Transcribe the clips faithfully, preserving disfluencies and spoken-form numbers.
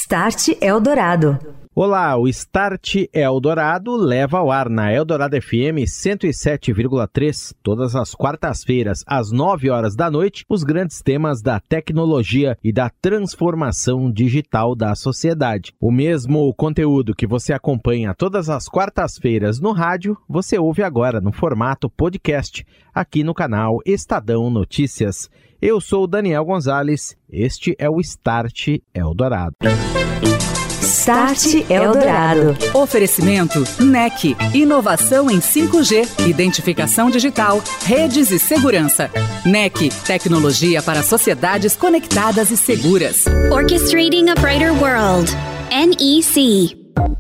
Start Eldorado. Olá, o Start Eldorado leva ao ar na Eldorado F M cento e sete vírgula três, todas as quartas-feiras, às nove horas da noite, os grandes temas da tecnologia e da transformação digital da sociedade. O mesmo conteúdo que você acompanha todas as quartas-feiras no rádio, você ouve agora no formato podcast, aqui no canal Estadão Notícias. Eu sou o Daniel Gonzalez, este é o Start Eldorado. Start Eldorado. Oferecimento N E C, inovação em cinco G, identificação digital, redes e segurança. N E C, tecnologia para sociedades conectadas e seguras. Orchestrating a Brighter World. N E C.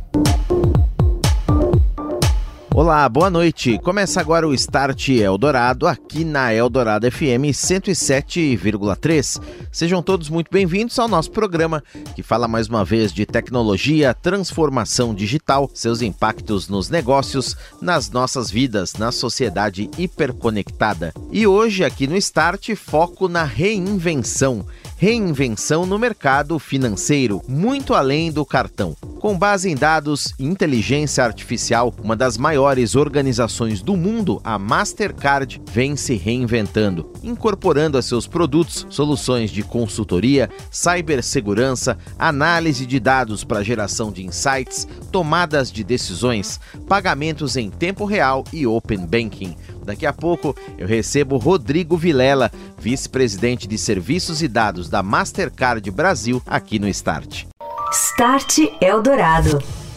Olá, boa noite. Começa agora o Start Eldorado, aqui na Eldorado F M cento e sete vírgula três. Sejam todos muito bem-vindos ao nosso programa, que fala mais uma vez de tecnologia, transformação digital, seus impactos nos negócios, nas nossas vidas, na sociedade hiperconectada. E hoje, aqui no Start, foco na reinvenção. Reinvenção no mercado financeiro, muito além do cartão. Com base em dados e inteligência artificial, uma das maiores organizações do mundo, a Mastercard, vem se reinventando, incorporando a seus produtos soluções de consultoria, cibersegurança, análise de dados para geração de insights, tomadas de decisões, pagamentos em tempo real e open banking. Daqui a pouco eu recebo Rodrigo Vilela, vice-presidente de Serviços e Dados da Mastercard Brasil, aqui no Start. Start Eldorado.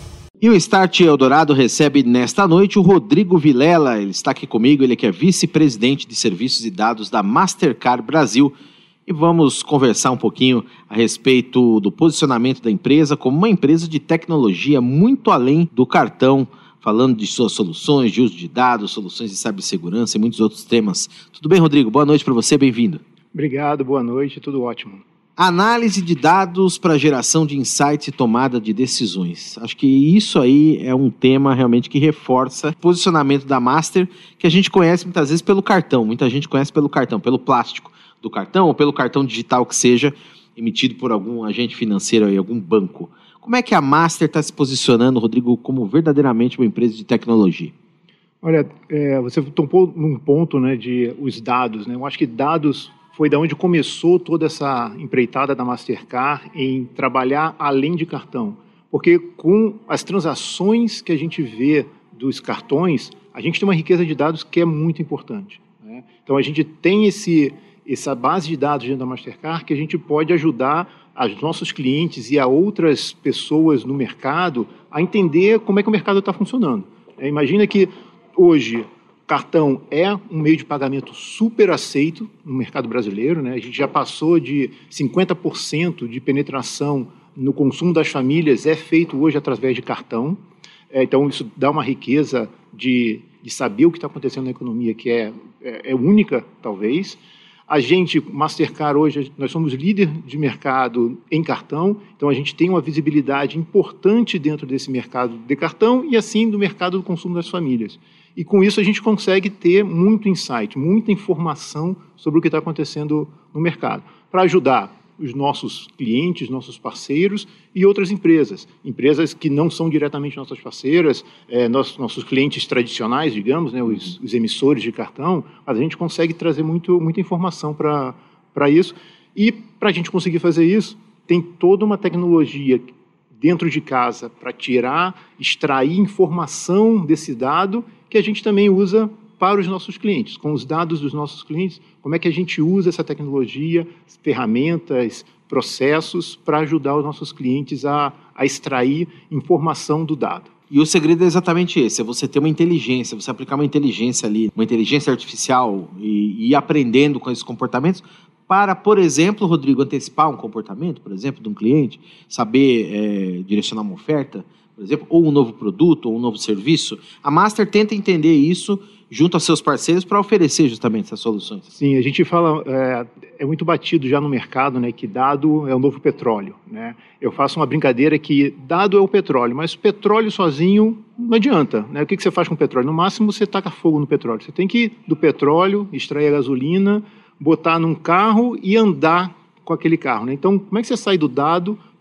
E o Start Eldorado recebe nesta noite o Rodrigo Vilela. Ele está aqui comigo, ele que é vice-presidente de Serviços e Dados da Mastercard Brasil. E vamos conversar um pouquinho a respeito do posicionamento da empresa como uma empresa de tecnologia muito além do cartão, falando de suas soluções, de uso de dados, soluções de cibersegurança e muitos outros temas. Tudo bem, Rodrigo? Boa noite para você, bem-vindo. Obrigado, boa noite, tudo ótimo. Análise de dados para geração de insights e tomada de decisões. Acho que isso aí é um tema realmente que reforça o posicionamento da Master, que a gente conhece muitas vezes pelo cartão. Muita gente conhece pelo cartão, pelo plástico do cartão ou pelo cartão digital que seja emitido por algum agente financeiro aí, algum banco. Como é que a Master está se posicionando, Rodrigo, como verdadeiramente uma empresa de tecnologia? Olha, é, você tocou num ponto, né, de os dados, né? Eu acho que dados foi da onde começou toda essa empreitada da Mastercard em trabalhar além de cartão. Porque com as transações que a gente vê dos cartões, a gente tem uma riqueza de dados que é muito importante, né? Então, a gente tem esse, essa base de dados dentro da Mastercard que a gente pode ajudar aos nossos clientes e a outras pessoas no mercado a entender como é que o mercado está funcionando. É, imagina que hoje cartão é um meio de pagamento super aceito no mercado brasileiro, né? A gente já passou de cinquenta por cento de penetração no consumo das famílias é feito hoje através de cartão. É, então, isso dá uma riqueza de, de saber o que está acontecendo na economia, que é, é, é única, talvez. A gente, Mastercard, hoje, nós somos líder de mercado em cartão, então a gente tem uma visibilidade importante dentro desse mercado de cartão e, assim, do mercado do consumo das famílias. E, com isso, a gente consegue ter muito insight, muita informação sobre o que está acontecendo no mercado, para ajudar os nossos clientes, nossos parceiros e outras empresas. Empresas que não são diretamente nossas parceiras, é, nossos, nossos clientes tradicionais, digamos, né, os, os emissores de cartão, mas a gente consegue trazer muito, muita informação para para isso. E, para a gente conseguir fazer isso, tem toda uma tecnologia dentro de casa para tirar, extrair informação desse dado que a gente também usa para os nossos clientes. Com os dados dos nossos clientes, como é que a gente usa essa tecnologia, ferramentas, processos para ajudar os nossos clientes a, a extrair informação do dado. E o segredo é exatamente esse, é você ter uma inteligência, você aplicar uma inteligência ali, uma inteligência artificial e, e ir aprendendo com esses comportamentos para, por exemplo, Rodrigo, antecipar um comportamento, por exemplo, de um cliente, saber é, direcionar uma oferta, por exemplo, ou um novo produto, ou um novo serviço. A Master tenta entender isso junto aos seus parceiros para oferecer justamente essas soluções. Sim, a gente fala, é, é muito batido já no mercado, né, que dado é o novo petróleo, né? Eu faço uma brincadeira que dado é o petróleo, mas petróleo sozinho não adianta, né? O que, que você faz com o petróleo? No máximo você taca fogo no petróleo. Você tem que ir do petróleo, extrair a gasolina, botar num carro e andar com aquele carro, né? Então, como é que você sai do dado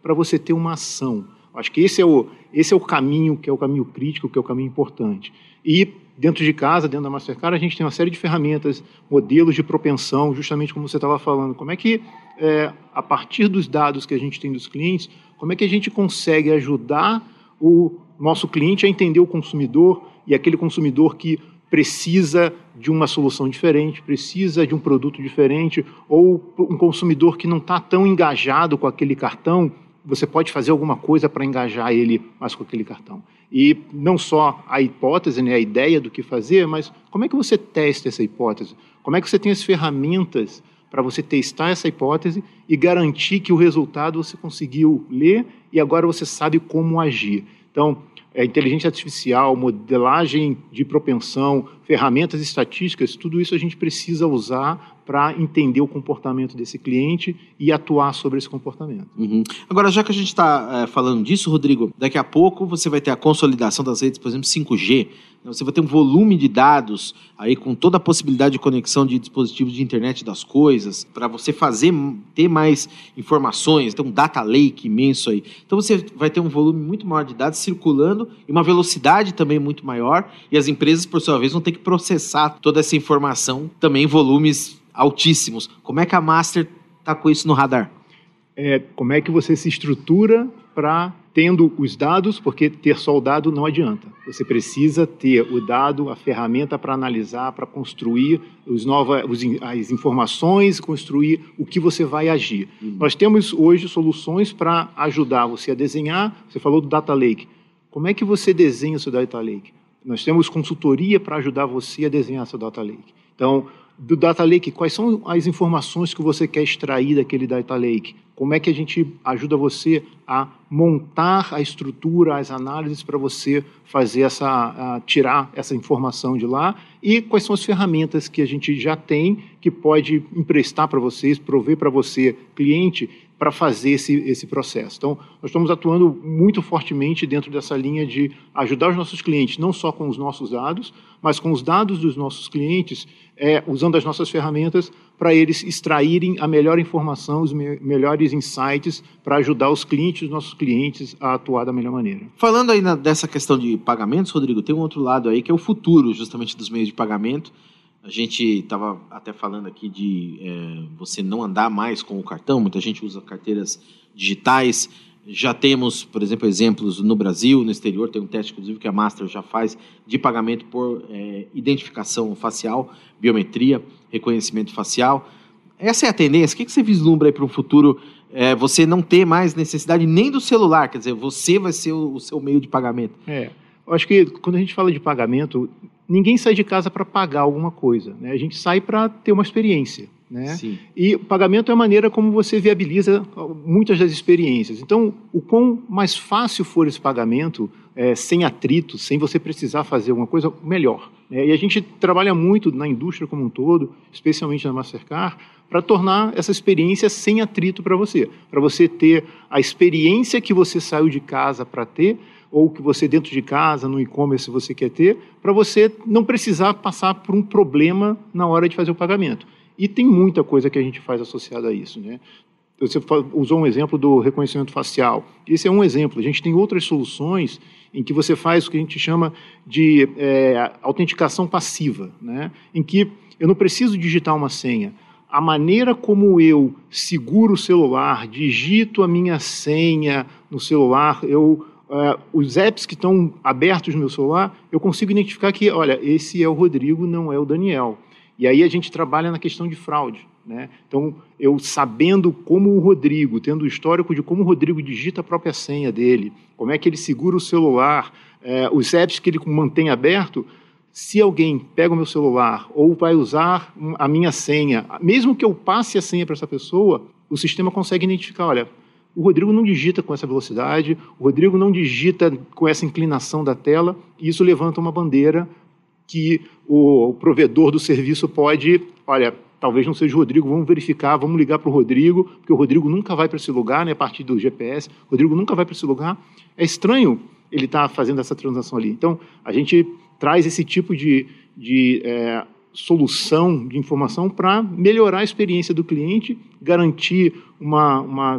para você ter uma ação. Acho que esse é, o, esse é o caminho, que é o caminho crítico, que é o caminho importante. E dentro de casa, dentro da Mastercard, a gente tem uma série de ferramentas, modelos de propensão, justamente como você estava falando. Como é que, é, a partir dos dados que a gente tem dos clientes, como é que a gente consegue ajudar o nosso cliente a entender o consumidor e aquele consumidor que precisa de uma solução diferente, precisa de um produto diferente, ou um consumidor que não está tão engajado com aquele cartão, você pode fazer alguma coisa para engajar ele mais com aquele cartão. E não só a hipótese, né, a ideia do que fazer, mas como é que você testa essa hipótese? Como é que você tem as ferramentas para você testar essa hipótese e garantir que o resultado você conseguiu ler e agora você sabe como agir. Então, é, inteligência artificial, modelagem de propensão, ferramentas estatísticas, tudo isso a gente precisa usar para entender o comportamento desse cliente e atuar sobre esse comportamento. Uhum. Agora, já que a gente está é, falando disso, Rodrigo, daqui a pouco você vai ter a consolidação das redes, por exemplo, cinco G. Você vai ter um volume de dados aí com toda a possibilidade de conexão de dispositivos de internet das coisas, para você fazer, ter mais informações, ter um data lake imenso aí. Então você vai ter um volume muito maior de dados circulando e uma velocidade também muito maior, e as empresas, por sua vez, vão ter que processar toda essa informação também em volumes altíssimos. Como é que a Master está com isso no radar? É, como é que você se estrutura para, tendo os dados, porque ter só o dado não adianta. Você precisa ter o dado, a ferramenta para analisar, para construir os nova, os, as informações, construir o que você vai agir. Uhum. Nós temos hoje soluções para ajudar você a desenhar. Você falou do Data Lake. Como é que você desenha o seu Data Lake? Nós temos consultoria para ajudar você a desenhar seu Data Lake. Então, do Data Lake, quais são as informações que você quer extrair daquele Data Lake? Como é que a gente ajuda você a montar a estrutura, as análises para você fazer essa, a, tirar essa informação de lá? E quais são as ferramentas que a gente já tem que pode emprestar para vocês, prover para você, cliente, para fazer esse, esse processo. Então, nós estamos atuando muito fortemente dentro dessa linha de ajudar os nossos clientes, não só com os nossos dados, mas com os dados dos nossos clientes, é, usando as nossas ferramentas para eles extraírem a melhor informação, os me melhores insights para ajudar os clientes, os nossos clientes a atuar da melhor maneira. Falando aí na, dessa questão de pagamentos, Rodrigo, tem um outro lado aí que é o futuro justamente dos meios de pagamento. A gente estava até falando aqui de é, você não andar mais com o cartão, muita gente usa carteiras digitais. Já temos, por exemplo, exemplos no Brasil, no exterior, tem um teste, inclusive, que a Master já faz de pagamento por é, identificação facial, biometria, reconhecimento facial. Essa é a tendência. O que você vislumbra aí para o futuro? É, você não ter mais necessidade nem do celular, quer dizer, você vai ser o, o seu meio de pagamento. É, eu acho que quando a gente fala de pagamento, ninguém sai de casa para pagar alguma coisa, né? A gente sai para ter uma experiência, né? Sim. E o pagamento é a maneira como você viabiliza muitas das experiências. Então, o quão mais fácil for esse pagamento, é, sem atrito, sem você precisar fazer alguma coisa, melhor, né? E a gente trabalha muito na indústria como um todo, especialmente na Mastercard, para tornar essa experiência sem atrito para você, para você ter a experiência que você saiu de casa para ter, ou que você dentro de casa, no e-commerce, você quer ter, para você não precisar passar por um problema na hora de fazer o pagamento. E tem muita coisa que a gente faz associada a isso, né? Você usou um exemplo do reconhecimento facial. Esse é um exemplo. A gente tem outras soluções em que você faz o que a gente chama de é, autenticação passiva, né? Em que eu não preciso digitar uma senha. A maneira como eu seguro o celular, digito a minha senha no celular, eu... Uh, os apps que estão abertos no meu celular, eu consigo identificar que, olha, esse é o Rodrigo, não é o Daniel. E aí a gente trabalha na questão de fraude, né? Então, eu sabendo como o Rodrigo, tendo o histórico de como o Rodrigo digita a própria senha dele, como é que ele segura o celular, uh, os apps que ele mantém aberto, se alguém pega o meu celular ou vai usar a minha senha, mesmo que eu passe a senha para essa pessoa, o sistema consegue identificar, olha, o Rodrigo não digita com essa velocidade, o Rodrigo não digita com essa inclinação da tela, e isso levanta uma bandeira que o, o provedor do serviço pode, olha, talvez não seja o Rodrigo, vamos verificar, vamos ligar para o Rodrigo, porque o Rodrigo nunca vai para esse lugar, né, a partir do G P S, o Rodrigo nunca vai para esse lugar. É estranho ele estar tá fazendo essa transação ali. Então, a gente traz esse tipo de, de é, solução de informação para melhorar a experiência do cliente, garantir uma... uma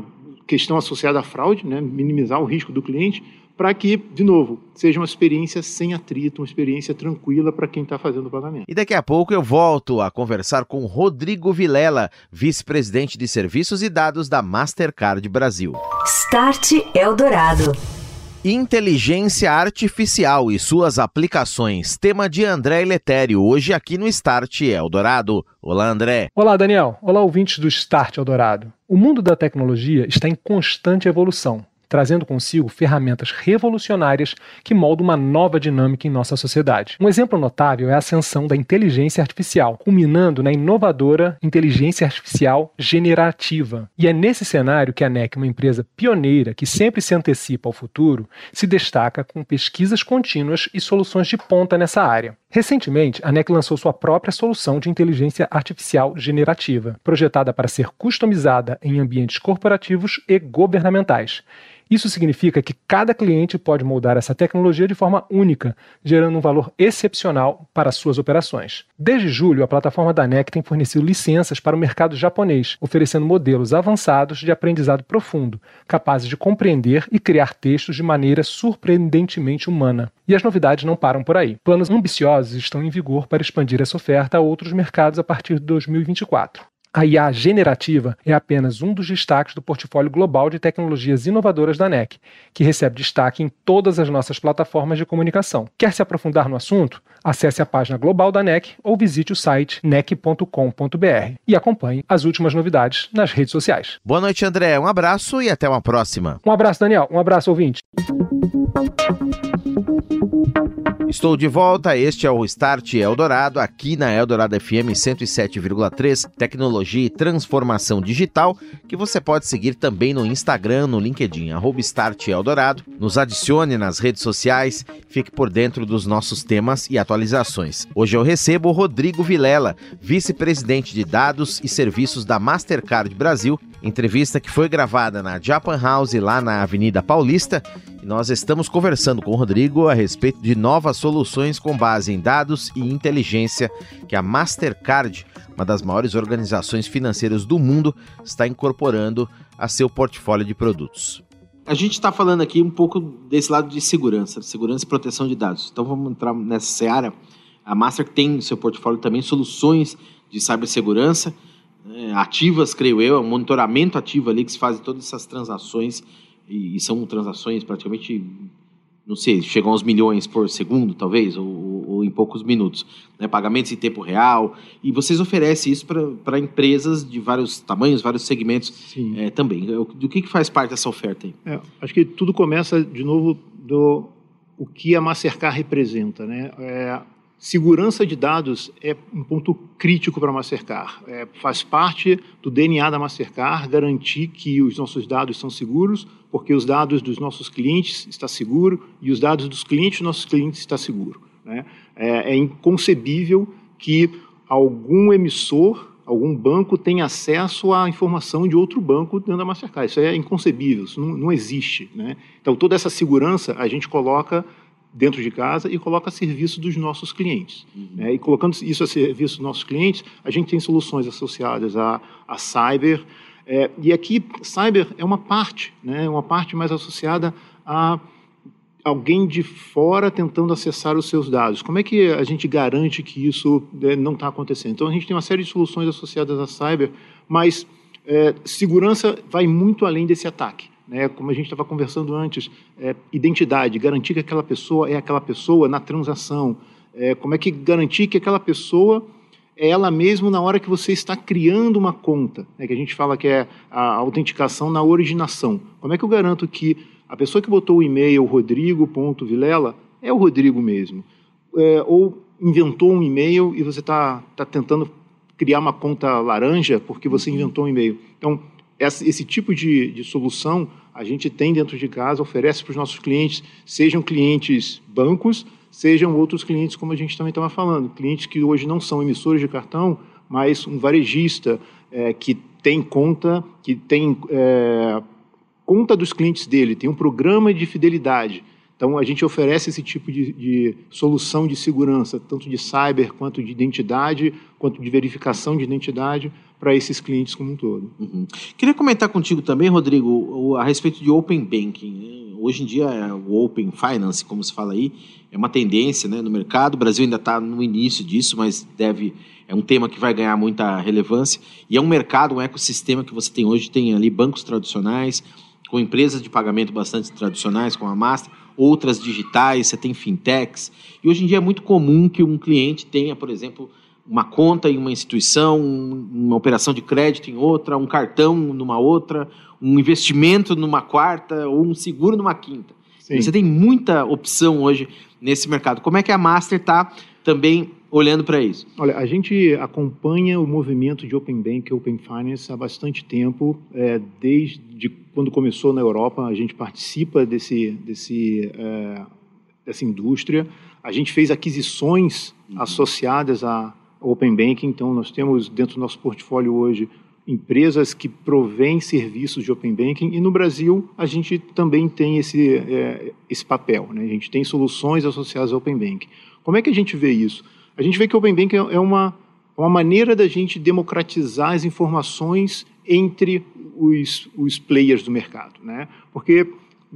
questão associada à fraude, né, minimizar o risco do cliente, para que, de novo, seja uma experiência sem atrito, uma experiência tranquila para quem está fazendo o pagamento. E daqui a pouco eu volto a conversar com Rodrigo Vilela, vice-presidente de Serviços e Dados da Mastercard Brasil. Start Eldorado. Inteligência Artificial e suas aplicações, tema de André Eletério, hoje aqui no Start Eldorado. Olá, André. Olá, Daniel. Olá, ouvintes do Start Eldorado. O mundo da tecnologia está em constante evolução, trazendo consigo ferramentas revolucionárias que moldam uma nova dinâmica em nossa sociedade. Um exemplo notável é a ascensão da inteligência artificial, culminando na inovadora inteligência artificial generativa. E é nesse cenário que a N E C, uma empresa pioneira que sempre se antecipa ao futuro, se destaca com pesquisas contínuas e soluções de ponta nessa área. Recentemente, a N E C lançou sua própria solução de inteligência artificial generativa, projetada para ser customizada em ambientes corporativos e governamentais. Isso significa que cada cliente pode moldar essa tecnologia de forma única, gerando um valor excepcional para suas operações. Desde julho, a plataforma da N E C tem fornecido licenças para o mercado japonês, oferecendo modelos avançados de aprendizado profundo, capazes de compreender e criar textos de maneira surpreendentemente humana. E as novidades não param por aí. Planos ambiciosos estão em vigor para expandir essa oferta a outros mercados a partir de dois mil e vinte e quatro. A I A generativa é apenas um dos destaques do portfólio global de tecnologias inovadoras da N E C, que recebe destaque em todas as nossas plataformas de comunicação. Quer se aprofundar no assunto? Acesse a página global da N E C ou visite o site N E C ponto com ponto b r e acompanhe as últimas novidades nas redes sociais. Boa noite, André. Um abraço e até uma próxima. Um abraço, Daniel. Um abraço, ouvinte. Estou de volta, este é o Start Eldorado, aqui na Eldorado F M cento e sete vírgula três, tecnologia e transformação digital, que você pode seguir também no Instagram, no LinkedIn, arroba Start Eldorado. Nos adicione nas redes sociais, fique por dentro dos nossos temas e atualizações. Hoje eu recebo o Rodrigo Vilela, vice-presidente de Dados e Serviços da Mastercard Brasil, entrevista que foi gravada na Japan House, lá na Avenida Paulista, e nós estamos conversando com o Rodrigo a respeito de novas soluções com base em dados e inteligência que a Mastercard, uma das maiores organizações financeiras do mundo, está incorporando a seu portfólio de produtos. A gente está falando aqui um pouco desse lado de segurança, segurança e proteção de dados. Então vamos entrar nessa seara. A Master tem no seu portfólio também soluções de cibersegurança, né, ativas, creio eu, é um monitoramento ativo ali que se faz todas essas transações, e, e são transações praticamente, não sei, chegam aos milhões por segundo, talvez, ou, ou, ou em poucos minutos, né, pagamentos em tempo real, e vocês oferecem isso para empresas de vários tamanhos, vários segmentos é, também. Do que, que faz parte dessa oferta aí? É, acho que tudo começa, de novo, do o que a Mastercard representa, né? É, segurança de dados é um ponto crítico para a Mastercard. É, faz parte do D N A da Mastercard garantir que os nossos dados são seguros, porque os dados dos nossos clientes estão seguros e os dados dos clientes dos nossos clientes estão seguros, né? É, é inconcebível que algum emissor, algum banco tenha acesso à informação de outro banco dentro da Mastercard. Isso é inconcebível, isso não, não existe, né? Então, toda essa segurança a gente coloca dentro de casa e coloca a serviço dos nossos clientes. Uhum. Né? E colocando isso a serviço dos nossos clientes, a gente tem soluções associadas a, a cyber. É, e aqui, cyber é uma parte, né? Uma parte mais associada a alguém de fora tentando acessar os seus dados. Como é que a gente garante que isso é, não está acontecendo? Então, a gente tem uma série de soluções associadas a cyber, mas é, segurança vai muito além desse ataque. Né, como a gente estava conversando antes, é, identidade, garantir que aquela pessoa é aquela pessoa na transação, é, como é que garantir que aquela pessoa é ela mesma na hora que você está criando uma conta, né, que a gente fala que é a autenticação na originação. Como é que eu garanto que a pessoa que botou o e-mail rodrigo ponto vilela é o Rodrigo mesmo? É, ou inventou um e-mail e você está tá tentando criar uma conta laranja porque você inventou um e-mail. Então, esse tipo de, de solução a gente tem dentro de casa, oferece para os nossos clientes, sejam clientes bancos, sejam outros clientes, como a gente também estava falando, clientes que hoje não são emissores de cartão, mas um varejista é, que tem conta, que tem é, conta dos clientes dele, tem um programa de fidelidade. Então, a gente oferece esse tipo de, de solução de segurança, tanto de cyber, quanto de identidade, quanto de verificação de identidade para esses clientes como um todo. Uhum. Queria comentar contigo também, Rodrigo, a respeito de Open Banking, né? Hoje em dia, o Open Finance, como se fala aí, é uma tendência, né, no mercado. O Brasil ainda está no início disso, mas deve, é um tema que vai ganhar muita relevância. E é um mercado, um ecossistema que você tem hoje, tem ali bancos tradicionais, com empresas de pagamento bastante tradicionais, como a Master, outras digitais, você tem fintechs. E hoje em dia é muito comum que um cliente tenha, por exemplo, uma conta em uma instituição, uma operação de crédito em outra, um cartão numa outra, um investimento numa quarta ou um seguro numa quinta. Sim. Você tem muita opção hoje nesse mercado. Como é que a Master está também olhando para isso? Olha, a gente acompanha o movimento de Open Bank e Open Finance há bastante tempo, é, desde quando começou na Europa. A gente participa desse, desse, é, dessa indústria. A gente fez aquisições uhum. associadas a Open Banking, então nós temos dentro do nosso portfólio hoje empresas que provêm serviços de Open Banking, e no Brasil a gente também tem esse, é, esse papel, né? A gente tem soluções associadas ao Open Banking. Como é que a gente vê isso? A gente vê que o Open Banking é uma, uma maneira da gente democratizar as informações entre os, os players do mercado, né? Porque,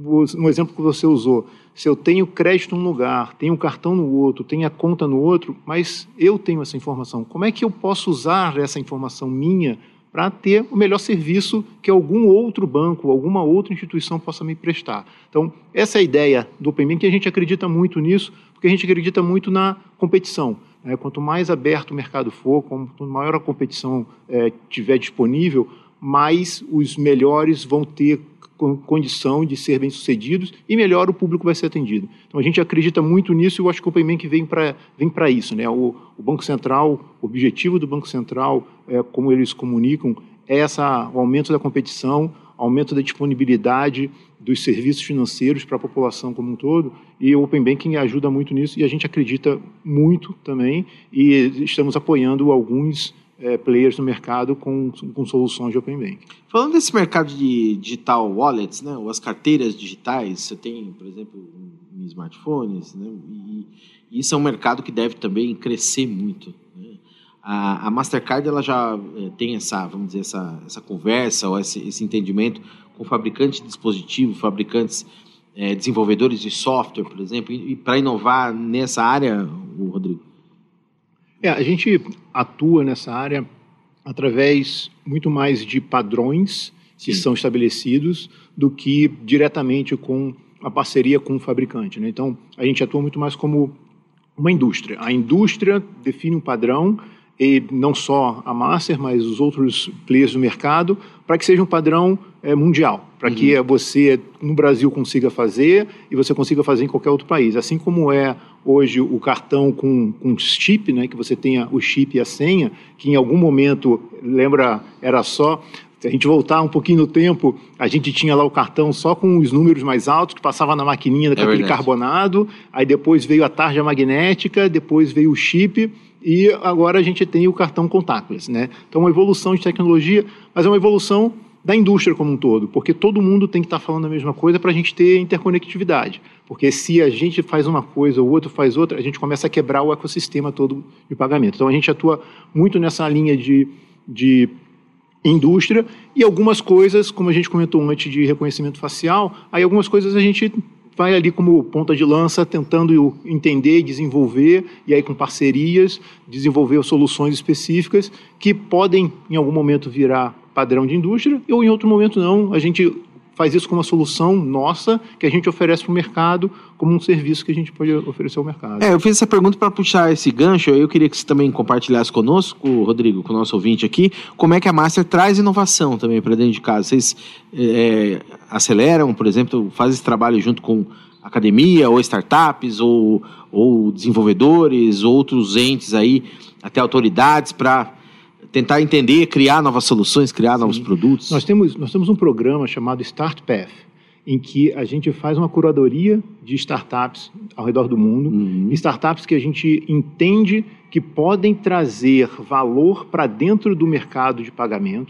no exemplo que você usou, se eu tenho crédito num lugar, tenho um cartão no outro, tenho a conta no outro, mas eu tenho essa informação, como é que eu posso usar essa informação minha para ter o melhor serviço que algum outro banco, alguma outra instituição possa me prestar? Então, essa é a ideia do Open Banking, que a gente acredita muito nisso, porque a gente acredita muito na competição, né? Quanto mais aberto o mercado for, quanto maior a competição é, tiver disponível, mais os melhores vão ter condição de ser bem-sucedidos e melhor o público vai ser atendido. Então, a gente acredita muito nisso, e eu acho que o Open Banking vem para vem para isso, né? O, o Banco Central, o objetivo do Banco Central, é, como eles comunicam, é essa, o aumento da competição, aumento da disponibilidade dos serviços financeiros para a população como um todo, e o Open Banking ajuda muito nisso, e a gente acredita muito também, e estamos apoiando alguns É, players no mercado com, com soluções de Open Banking. Falando desse mercado de digital wallets, né, ou as carteiras digitais, você tem, por exemplo, em smartphones, né, e, e isso é um mercado que deve também crescer muito, né? A, a Mastercard ela já é, tem essa, vamos dizer, essa, essa conversa ou esse, esse entendimento com fabricantes de dispositivos, fabricantes, é, desenvolvedores de software, por exemplo, e, e para inovar nessa área, o Rodrigo? É, a gente atua nessa área através muito mais de padrões que Sim. são estabelecidos do que diretamente com a parceria com o fabricante, né? Então, a gente atua muito mais como uma indústria. A indústria define um padrão, e não só a Master, mas os outros players do mercado, para que seja um padrão é, mundial, para uhum. que você, no Brasil, consiga fazer e você consiga fazer em qualquer outro país. Assim como é hoje o cartão com, com chip, né, que você tenha o chip e a senha, que em algum momento, lembra, era só... Se a gente voltar um pouquinho no tempo, a gente tinha lá o cartão só com os números mais altos, que passava na maquininha daquele é carbonado, aí depois veio a tarja magnética, depois veio o chip, e agora a gente tem o cartão contactless, né? Então, uma evolução de tecnologia, mas é uma evolução da indústria como um todo, porque todo mundo tem que estar falando a mesma coisa para a gente ter interconectividade. Porque se a gente faz uma coisa, o outro faz outra, a gente começa a quebrar o ecossistema todo de pagamento. Então, a gente atua muito nessa linha de... de indústria, e algumas coisas, como a gente comentou antes, de reconhecimento facial, aí algumas coisas a gente vai ali como ponta de lança, tentando entender e desenvolver, e aí com parcerias, desenvolver soluções específicas que podem, em algum momento, virar padrão de indústria, ou em outro momento não. A gente faz isso como uma solução nossa, que a gente oferece para o mercado, como um serviço que a gente pode oferecer ao mercado. É, eu fiz essa pergunta para puxar esse gancho, eu queria que você também compartilhasse conosco, Rodrigo, com o nosso ouvinte aqui, como é que a Master traz inovação também para dentro de casa. Vocês é, aceleram, por exemplo, fazem esse trabalho junto com academia, ou startups, ou, ou desenvolvedores, outros entes aí, até autoridades, para tentar entender, criar novas soluções, criar Sim. novos produtos? Nós temos, nós temos um programa chamado Start Path, em que a gente faz uma curadoria de startups ao redor do mundo, uhum. startups que a gente entende que podem trazer valor para dentro do mercado de pagamentos,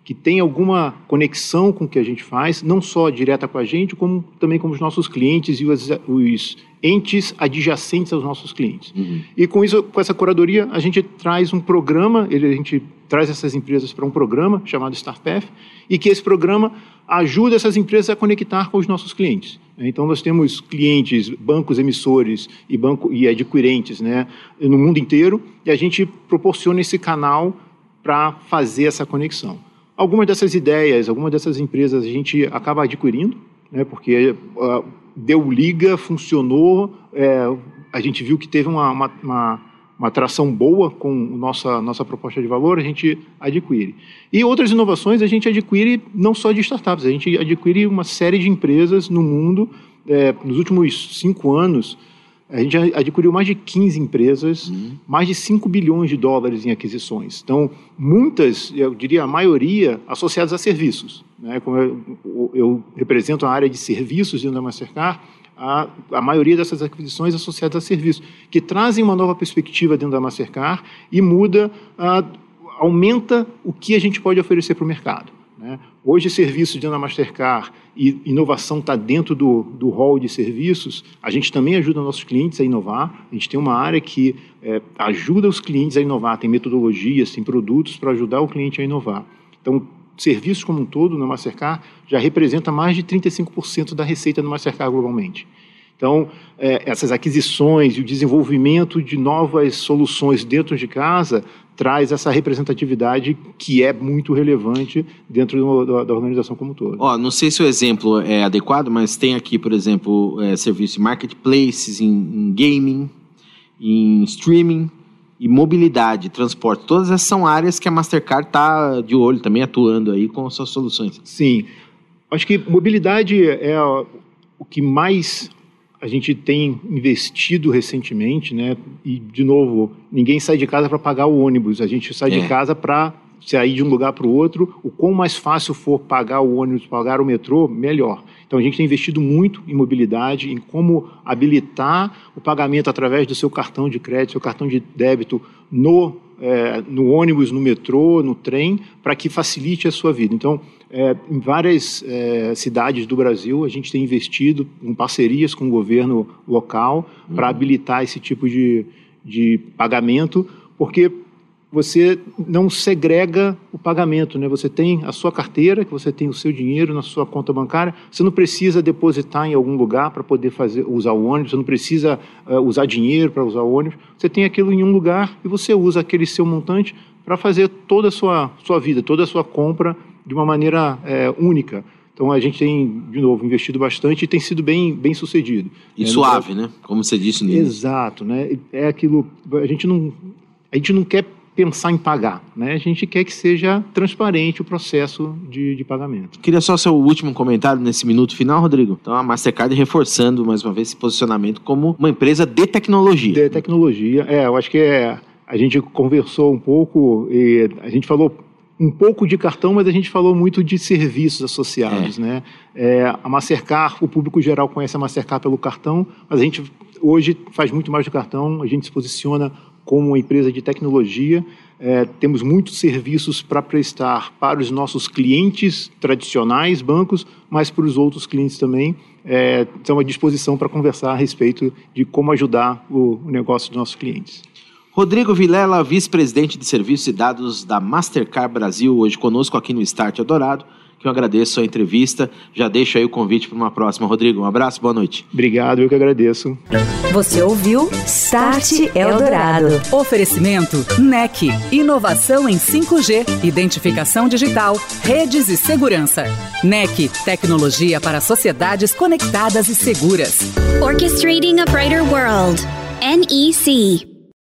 que tem alguma conexão com o que a gente faz, não só direta com a gente, como também com os nossos clientes e os, os entes adjacentes aos nossos clientes. Uhum. E com isso, com essa curadoria, a gente traz um programa, ele, a gente traz essas empresas para um programa chamado StarPath, e que esse programa ajuda essas empresas a conectar com os nossos clientes. Então, nós temos clientes, bancos emissores e, banco, e adquirentes, né, no mundo inteiro, e a gente proporciona esse canal para fazer essa conexão. Algumas dessas ideias, algumas dessas empresas a gente acaba adquirindo, né, porque uh, deu liga, funcionou, é, a gente viu que teve uma, uma, uma, uma atração boa com a nossa, nossa proposta de valor, a gente adquire. E outras inovações a gente adquire não só de startups, a gente adquire uma série de empresas no mundo. É, nos últimos cinco anos, a gente adquiriu mais de quinze empresas, uhum. mais de cinco bilhões de dólares em aquisições. Então, muitas, eu diria a maioria, associadas a serviços. Né? Como eu, eu represento a área de serviços dentro da Mastercard, a, a maioria dessas aquisições associadas a serviços, que trazem uma nova perspectiva dentro da Mastercard e muda, a, aumenta o que a gente pode oferecer para o mercado. Né? Hoje, serviços dentro da Mastercard e inovação está dentro do, do hall de serviços. A gente também ajuda nossos clientes a inovar. A gente tem uma área que é, ajuda os clientes a inovar, tem metodologias, tem produtos para ajudar o cliente a inovar. Então, serviços como um todo na Mastercard já representa mais de trinta e cinco por cento da receita da Mastercard globalmente. Então, é, essas aquisições e o desenvolvimento de novas soluções dentro de casa traz essa representatividade que é muito relevante dentro do, da, da organização como um todo. Ó, não sei se o exemplo é adequado, mas tem aqui, por exemplo, é, serviço de marketplaces, em, em gaming, em streaming e mobilidade, transporte. Todas essas são áreas que a Mastercard está de olho também, atuando aí com suas soluções. Sim. Acho que mobilidade é o que mais a gente tem investido recentemente, né? E, de novo, ninguém sai de casa para pagar o ônibus. A gente sai é. de casa para sair de um lugar para o outro. O quão mais fácil for pagar o ônibus, pagar o metrô, melhor. Então, a gente tem investido muito em mobilidade, em como habilitar o pagamento através do seu cartão de crédito, seu cartão de débito no, é, no ônibus, no metrô, no trem, para que facilite a sua vida. Então, É, em várias é, cidades do Brasil, a gente tem investido em parcerias com o governo local uhum. para habilitar esse tipo de, de pagamento, porque você não segrega o pagamento, né? Você tem a sua carteira, que você tem o seu dinheiro na sua conta bancária, você não precisa depositar em algum lugar para poder fazer, usar o ônibus, você não precisa uh, usar dinheiro para usar o ônibus, você tem aquilo em um lugar e você usa aquele seu montante para fazer toda a sua, sua vida, toda a sua compra de uma maneira é, única. Então, a gente tem, de novo, investido bastante e tem sido bem, bem sucedido. E é, suave, no... né? Como você disse no início. Exato, né? É aquilo, a gente não, a gente não quer pensar em pagar, né? A gente quer que seja transparente o processo de, de pagamento. Queria só seu último comentário nesse minuto final, Rodrigo. Então, a Mastercard reforçando, mais uma vez, esse posicionamento como uma empresa de tecnologia. De tecnologia. É, eu acho que é, a gente conversou um pouco e a gente falou um pouco de cartão, mas a gente falou muito de serviços associados, é. né? É, a Mastercard, o público geral conhece a Mastercard pelo cartão, mas a gente hoje faz muito mais do cartão, a gente se posiciona como uma empresa de tecnologia, é, temos muitos serviços para prestar para os nossos clientes tradicionais, bancos, mas para os outros clientes também, é, estamos à disposição para conversar a respeito de como ajudar o, o negócio dos nossos clientes. Rodrigo Vilela, vice-presidente de Serviços e Dados da Mastercard Brasil, hoje conosco aqui no Start Eldorado, que eu agradeço a entrevista. Já deixo aí o convite para uma próxima. Rodrigo, um abraço, boa noite. Obrigado, eu que agradeço. Você ouviu Start Eldorado. Oferecimento N E C, inovação em cinco G, identificação digital, redes e segurança. N E C, tecnologia para sociedades conectadas e seguras. Orchestrating a Brighter World. N E C.